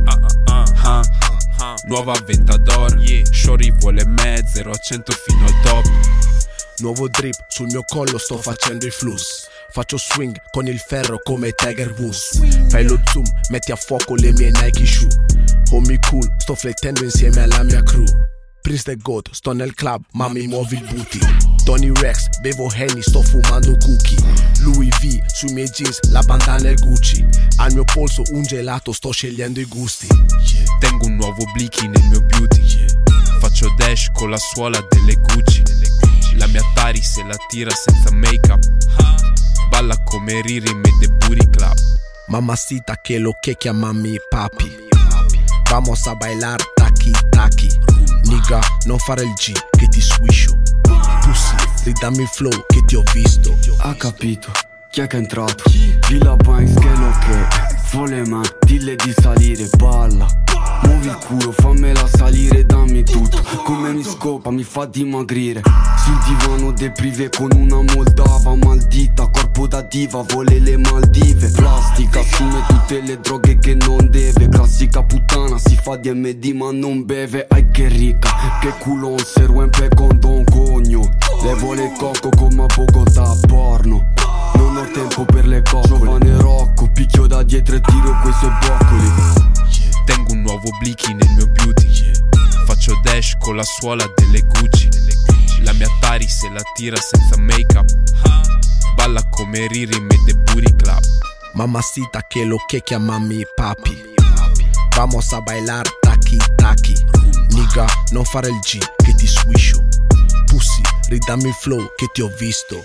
Nuova Aventador, Shorty vuole me, 0 a 100 fino al top. Nuovo drip, sul mio collo sto facendo il fluss. Faccio swing con il ferro come Tiger Woods. Fai lo zoom, metti a fuoco le mie Nike shoe. Homie cool, sto flettendo insieme alla mia crew. Prince the God, sto nel club, ma mi muovi il booty. Tony Rex, bevo Henny, sto fumando cookie. Louis V, sui miei jeans, la bandana è Gucci. Al mio polso un gelato, sto scegliendo i gusti. Tengo un nuovo Blicky nel mio beauty, faccio dash con la suola delle Gucci. La mia Tari se la tira senza make up, balla come Riri in The Booty Club. Mamacita que lo que mami y papi, vamos a bailar taki taki. Nigga, non fare il G che ti swiscio. Pussy, ridammi il flow che ti ho visto. Ha capito, chi è che è entrato? Villa Banks che lo che vuole man, dille di salire, balla. Muovi il culo, fammela salire, dammi tutto. Come mi scopa, mi fa dimagrire. Sul divano deprive con una moldava maldita. Corpo da diva, vuole le Maldive. Plastica, assume tutte le droghe che non deve. Classica puttana, si fa DMD ma non beve. Ai che ricca, che culon se ruempe con Don Cogno. Le vuole cocco come a Bogotà, porno. Non ho tempo per le coccole. Giovane Rocco, picchio da dietro e tiro quei suoi boccoli. Tengo un nuovo Blicky nel mio beauty, faccio dash con la suola delle Gucci. La mia Tari se la tira senza make up, balla come Riri in The Booty Club. Mamacita que lo que chiamami papi. Vamos a bailar taki taki. Nigga, non fare il G che ti swiscio. Pussy, ridammi il flow che ti ho visto.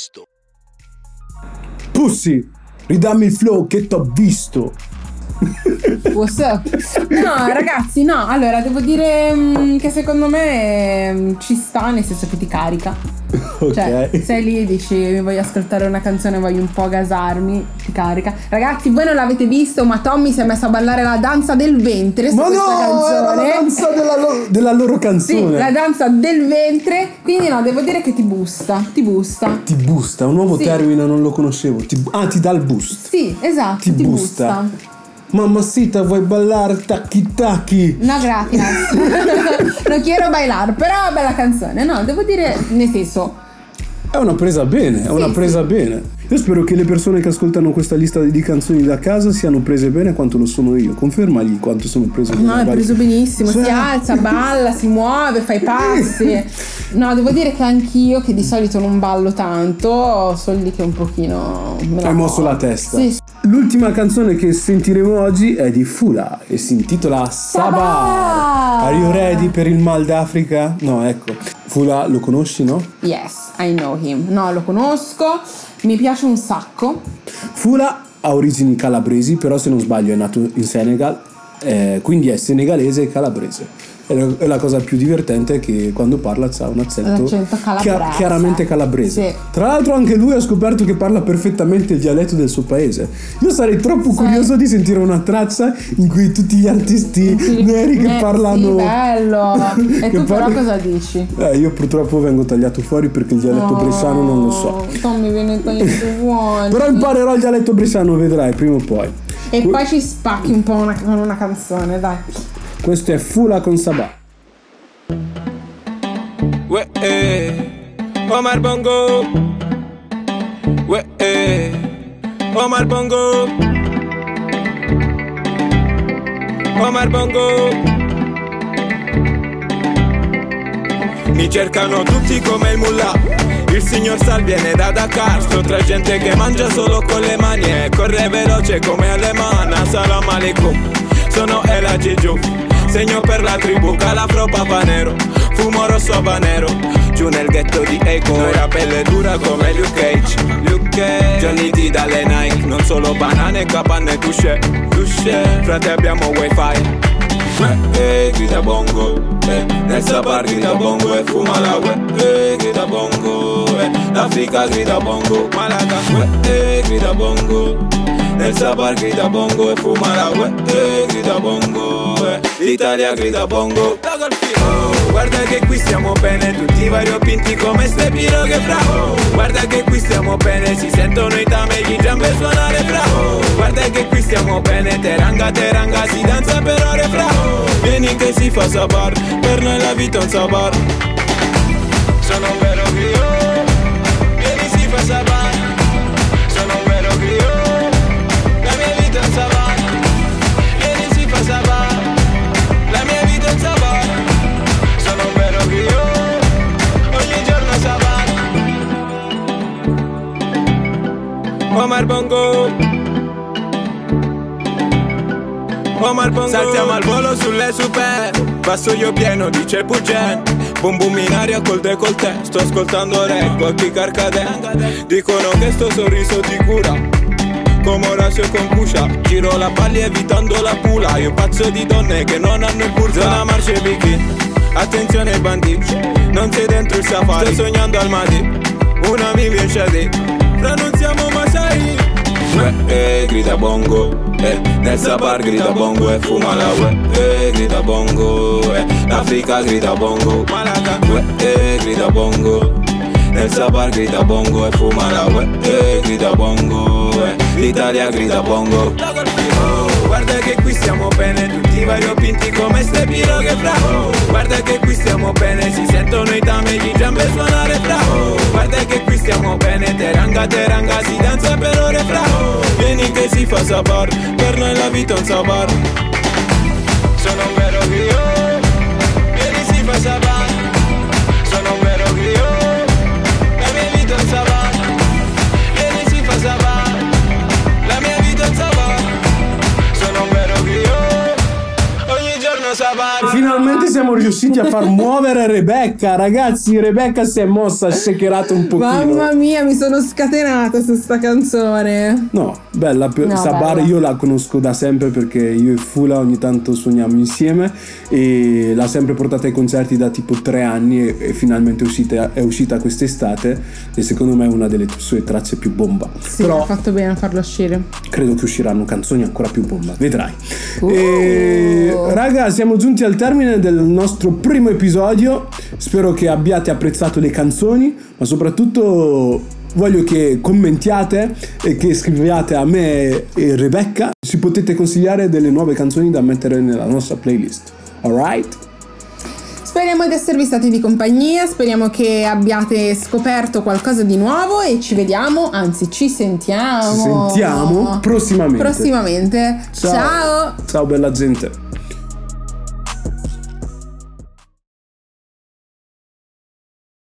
Pussy, ridammi il flow che t'ho visto. What's up? No ragazzi, no, allora devo dire che secondo me ci sta, nel senso che ti carica. Ok. Cioè sei lì e dici mi voglio ascoltare una canzone, voglio un po' gasarmi, ti carica. Ragazzi, voi non l'avete visto, ma Tommy si è messo a ballare la danza del ventre su questa canzone. Ma no, la danza della loro canzone. Sì, la danza del ventre. Quindi no, devo dire che ti busta. Ti busta, un nuovo termine, non lo conoscevo. Ti dà il boost. Sì, esatto, ti busta. Mamacita, vuoi ballare tacchi tacchi? No, grazie. Non quiero bailar, però bella canzone. No, devo dire, nel senso, è una presa bene, bene. Io spero che le persone che ascoltano questa lista di canzoni da casa siano prese bene quanto lo sono io. Confermagli quanto sono preso bene. No, è preso benissimo, si alza, balla, si muove, fa i passi. No, devo dire che anch'io, che di solito non ballo tanto, sono lì che un pochino hai mosso la testa. Sì. L'ultima canzone che sentiremo oggi è di Fula e si intitola Sabah. Are you ready per il mal d'Africa? No, ecco. Fula lo conosci, no? Yes, I know him. No, lo conosco, mi piace un sacco. Fula ha origini calabresi, però se non sbaglio è nato in Senegal, quindi è senegalese e calabrese. E la cosa più divertente è che quando parla c'ha un accento chiaramente calabrese. Sì. Tra l'altro anche lui ha scoperto che parla perfettamente il dialetto del suo paese. Io sarei troppo curioso di sentire una traccia in cui tutti gli artisti neri che parlano. Sì, bello. E tu però cosa dici? Io purtroppo vengo tagliato fuori perché il dialetto bresciano non lo so. Tommy viene tagliato fuori. Però imparerò il dialetto bresciano, vedrai, prima o poi. E poi ci spacchi un po' con una canzone, dai. Questo è Fula con Sabah. Omar Bongo. Omar Bongo. Omar Bongo. Mi cercano tutti come il mullah. Il signor Sal viene da Dakar. Sto tra gente che mangia solo con le mani e corre veloce come Alemana. Salam alaikum, sono El Agiju. Segno per la tribù, calafro papa nero. Fumo rosso habanero, giù nel ghetto di Eco. Noi la pelle dura come Luke Cage. Johnny D dalle Nike, non solo banane, capanne e touche. Frate abbiamo wifi. Grida bongo, nel Sabah grida bongo e fuma la grida bongo, l'Africa grida bongo, Malaga grida bongo, nel Sabah grida bongo e fuma la grida bongo, l'Italia grida bongo. Guarda che qui stiamo bene, tutti variopinti come ste piroghe fra. Guarda che qui stiamo bene, si sentono i tamegli giambe suonare fra. Guarda che qui stiamo bene, teranga si danza per ore fra. Vieni che si fa sabar, per noi la vita è un sabar. Sono un vero griot, vieni si fa sabar. Sono un vero griot, la mia vita è un sabar. Vieni si fa sabar, la mia vita è un sabar. Sono un vero griot, ogni giorno sabar. Omar Bongo. Omar Bongo. Saltiamo al volo sulle super, vassoio pieno di Cepuggen. Boom boom in aria col décolleté. Sto ascoltando rap, occhi carcadè. Dicono che sto sorriso ti cura, come Orazio con Cuscia. Giro la palla evitando la pula. Io pazzo di donne che non hanno il pulso. Zona marce bikini, attenzione banditi, non sei dentro il safari. Sto sognando al Madi, una mi viene di fra non siamo Masai. Grida bongo, nel Sabah grida bongo e fuma la grida bongo, l'Africa grida bongo, Malaga grida bongo, nel Sabah grida bongo e fuma la grida bongo, l'Italia grida bongo. Guarda che qui stiamo bene, tutti variopinti come ste piroghe fra. Guarda che qui stiamo bene, si sentono i tamegli giambe suonare fra. Guarda che qui stiamo bene, teranga si danza per ore fra. Vieni che si fa sabar, per noi la vita è un sabar. Sono un vero griot, vieni si fa sabar. Sono un vero griot, la mia vita è un sabar. Vieni si fa sabar, la mia vita finalmente siamo riusciti a far muovere Rebecca. Ragazzi, Rebecca si è mossa, ha shakerato un pochino. Mamma mia, mi sono scatenata su sta canzone. No, bella, Sabar bella. io la conosco da sempre perché io e Fula ogni tanto suoniamo insieme e l'ha sempre portata ai concerti da tipo 3 anni e finalmente è uscita quest'estate e secondo me è una delle sue tracce più bomba. Sì, però ha fatto bene a farlo uscire. credo che usciranno canzoni ancora più bomba, vedrai. E, raga, siamo giunti al termine del nostro primo episodio. Spero che abbiate apprezzato le canzoni, ma soprattutto voglio che commentiate e che scriviate a me e Rebecca se potete consigliare delle nuove canzoni da mettere nella nostra playlist. Alright? Speriamo di esservi stati di compagnia, speriamo che abbiate scoperto qualcosa di nuovo e ci vediamo, anzi ci sentiamo. Ci sentiamo prossimamente. Ciao. Ciao bella gente.